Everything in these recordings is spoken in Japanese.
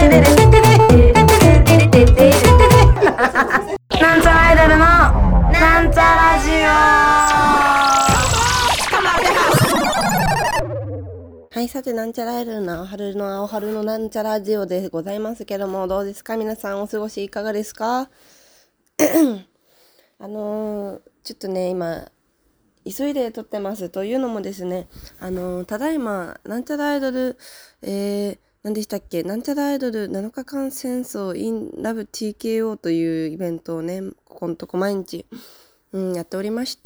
なんちゃらアイドルのなんちゃラジオ。 はい、さて、なんちゃらアイドルの青春のなんちゃらジオでございますけども、どうですか皆さん、お過ごしいかがですかちょっとね、今、急いで撮ってます。というのもですね、ただいま、なんちゃらアイドル、何でしたっけ、なんちゃらアイドル7日間戦争 in Love TKO というイベントをね、ここのとこ毎日、やっておりまして、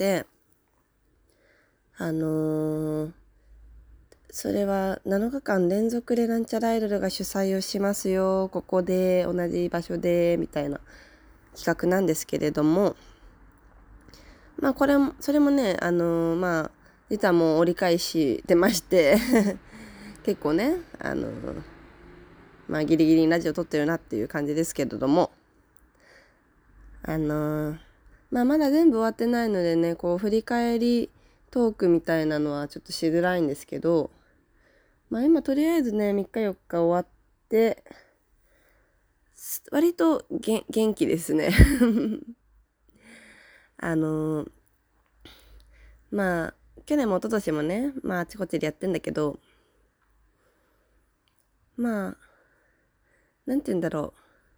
それは7日間連続でなんちゃらアイドルが主催をしますよ、ここで同じ場所でみたいな企画なんですけれども、まあそれもね、実はもう折り返し出まして結構ね、ギリギリにラジオ撮ってるなっていう感じですけれども、まだ全部終わってないのでね、こう振り返りトークみたいなのはちょっとしづらいんですけど、今とりあえずね、3日4日終わって、割と元気ですね去年も一昨年もね、あちこちでやってんだけど、なんて言うんだろ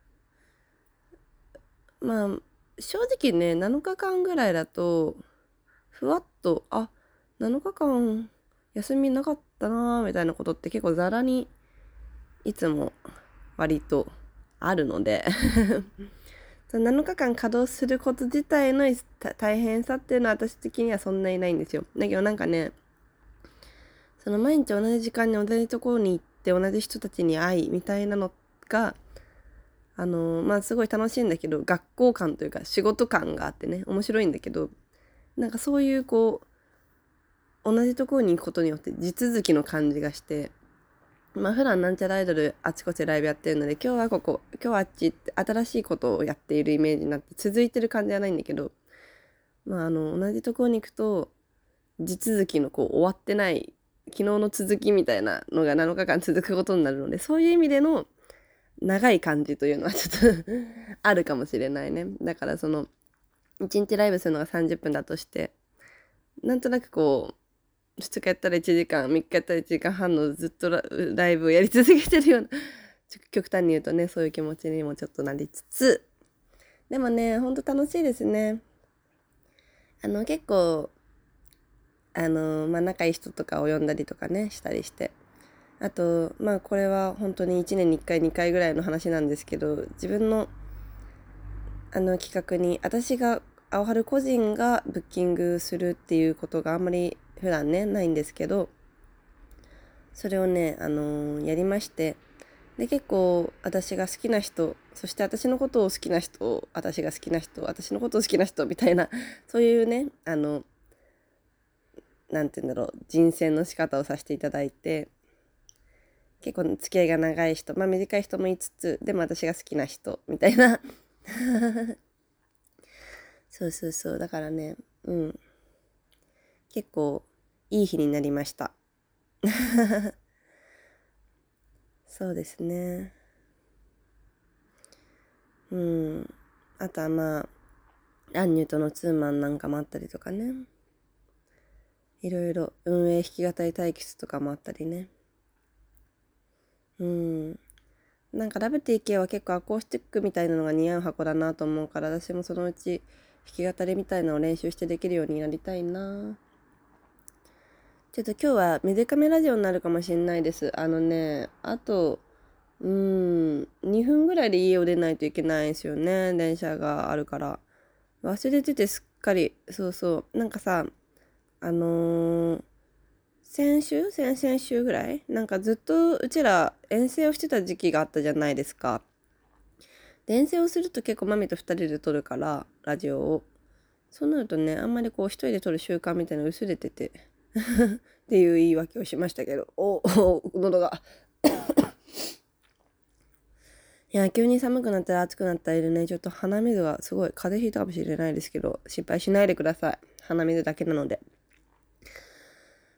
う。正直ね、7日間ぐらいだと、ふわっと、7日間休みなかったなみたいなことって結構ザラにいつも割とあるので7日間稼働すること自体の大変さっていうのは私的にはそんなにないんですよ。だけどなんかね、その毎日同じ時間に同じところに行って同じ人たちに会いみたいなのがすごい楽しいんだけど、学校感というか仕事感があってね、面白いんだけど、なんかそういうこう同じところに行くことによって地続きの感じがして、普段なんちゃらアイドルあちこちライブやってるので、今日はここ、今日はあっちって新しいことをやっているイメージになって続いてる感じじゃないんだけど、同じところに行くと地続きのこう終わってない昨日の続きみたいなのが7日間続くことになるので、そういう意味での長い感じというのはちょっとあるかもしれないね。だからその1日ライブするのが30分だとして、なんとなくこう2日やったら1時間、3日やったら1時間半のずっとライブをやり続けてるような極端に言うとね、そういう気持ちにもちょっとなりつつ、でもね、ほんと楽しいですね。結構仲いい人とかを呼んだりとかねしたりして、あとこれは本当に1年に1回2回ぐらいの話なんですけど、自分の企画に私が青春個人がブッキングするっていうことがあんまり普段ねないんですけど、それをねやりまして、で結構私が好きな人、そして私のことを好きな人、私が好きな人、私のことを好きな人みたいな、そういうねなんて言うんだろう、人選の仕方をさせていただいて、結構付き合いが長い人、短い人もいつつ、でも私が好きな人みたいなそうだからね、結構いい日になりましたそうですね。あとはアンニュとのツーマンなんかもあったりとかね、いろいろ運営弾き語り対決とかもあったりね。なんかラブ TK は結構アコースティックみたいなのが似合う箱だなと思うから、私もそのうち弾き語りみたいなのを練習してできるようになりたいな。ちょっと今日はめでかめラジオになるかもしれないです。あと2分ぐらいで家を出ないといけないんですよね。電車があるから忘れてて、すっかり。なんかさ、先々週ぐらいなんかずっとうちら遠征をしてた時期があったじゃないですか。で遠征をすると結構マミと2人で撮るからラジオを、そうなるとね、あんまりこう一人で撮る習慣みたいなの薄れててっていう言い訳をしましたけど、喉がいや、急に寒くなったり暑くなったりでね、ちょっと鼻水がすごい風邪ひいたかもしれないですけど、心配しないでください。鼻水だけなので。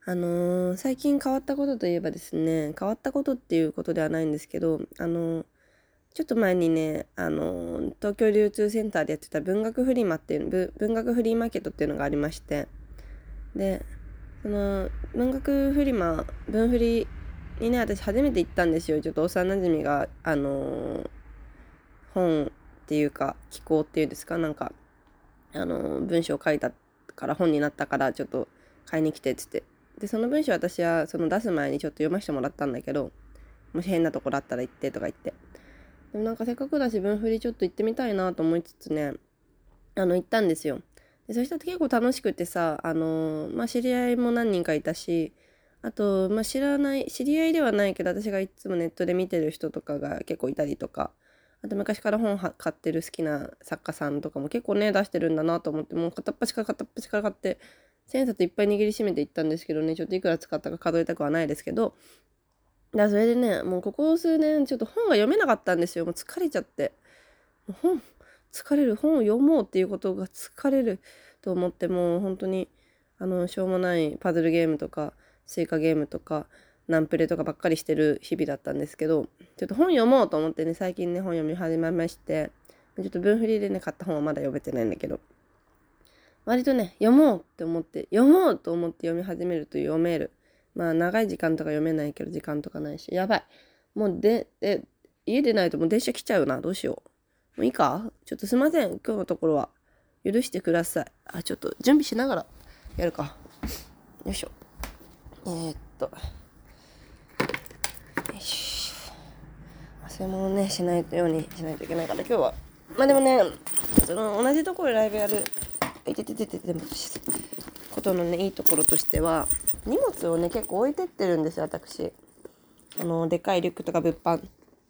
最近変わったことといえばですね、変わったことっていうことではないんですけど、ちょっと前にね、東京流通センターでやってた文学フリマっていう、文学フリーマーケットっていうのがありまして、で、その文学フリマ、文フリにね、私初めて行ったんですよ。ちょっと幼馴染が、本っていうか、寄稿っていうんですか、なんか、文章を書いたから本になったからちょっと買いに来てっつって。で、その文章私はその出す前にちょっと読ませてもらったんだけど、もし変なところあったら言ってとか言って。でもなんかせっかくだし文振りちょっと行ってみたいなと思いつつね、行ったんですよ。でそしたら結構楽しくてさ、知り合いも何人かいたし、あと、知り合いではないけど、私がいつもネットで見てる人とかが結構いたりとか、あと昔から本買ってる好きな作家さんとかも結構ね、出してるんだなと思って、もう片っ端から買って、千冊いっぱい握りしめていったんですけどね、ちょっといくら使ったか数えたくはないですけど、それでね、もうここ数年ちょっと本が読めなかったんですよ。もう疲れちゃって。疲れる。本を読もうっていうことが疲れると思って、もう本当に、しょうもないパズルゲームとか、スイカゲームとか、ナンプレとかばっかりしてる日々だったんですけど、ちょっと本読もうと思ってね、最近ね、本読み始めまして、ちょっと文振りでね、買った本はまだ読めてないんだけど、割とね、読もうと思って読み始めると読める。長い時間とか読めないけど時間とかないし、やばい。もう家でないともう電車来ちゃうな。どうしよう。もういいか？ちょっとすいません。今日のところは許してください。ちょっと準備しながらやるか。よいしょ。よいしょ。忘れ物ね、しないようにしないといけないから今日は。でもね、同じところでライブやる。でもことのねいいところとしては荷物をね結構置いてってるんですよ私。でかいリュックとか物販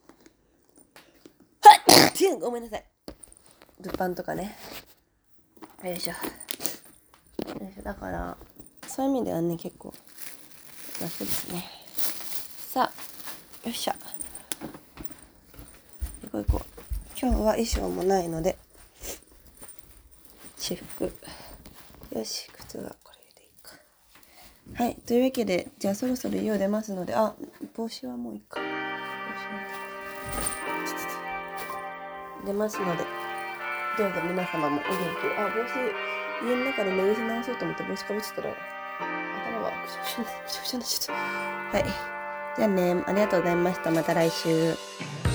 ごめんなさい、物販とかね、よいしょだからそういう意味ではね結構楽ですね。さあよっしゃ行こう。今日は衣装もないので私服、よし靴はこれでいいか。はい、というわけでじゃあそろそろ家を出ますので、帽子はもういいか。出ますのでどうぞ皆様もお元気を。帽子家の中で脱ぎ直そうと思って帽子かぶってたら頭がくしゃくしゃになっちゃった。はい、じゃあね、ありがとうございました。また来週。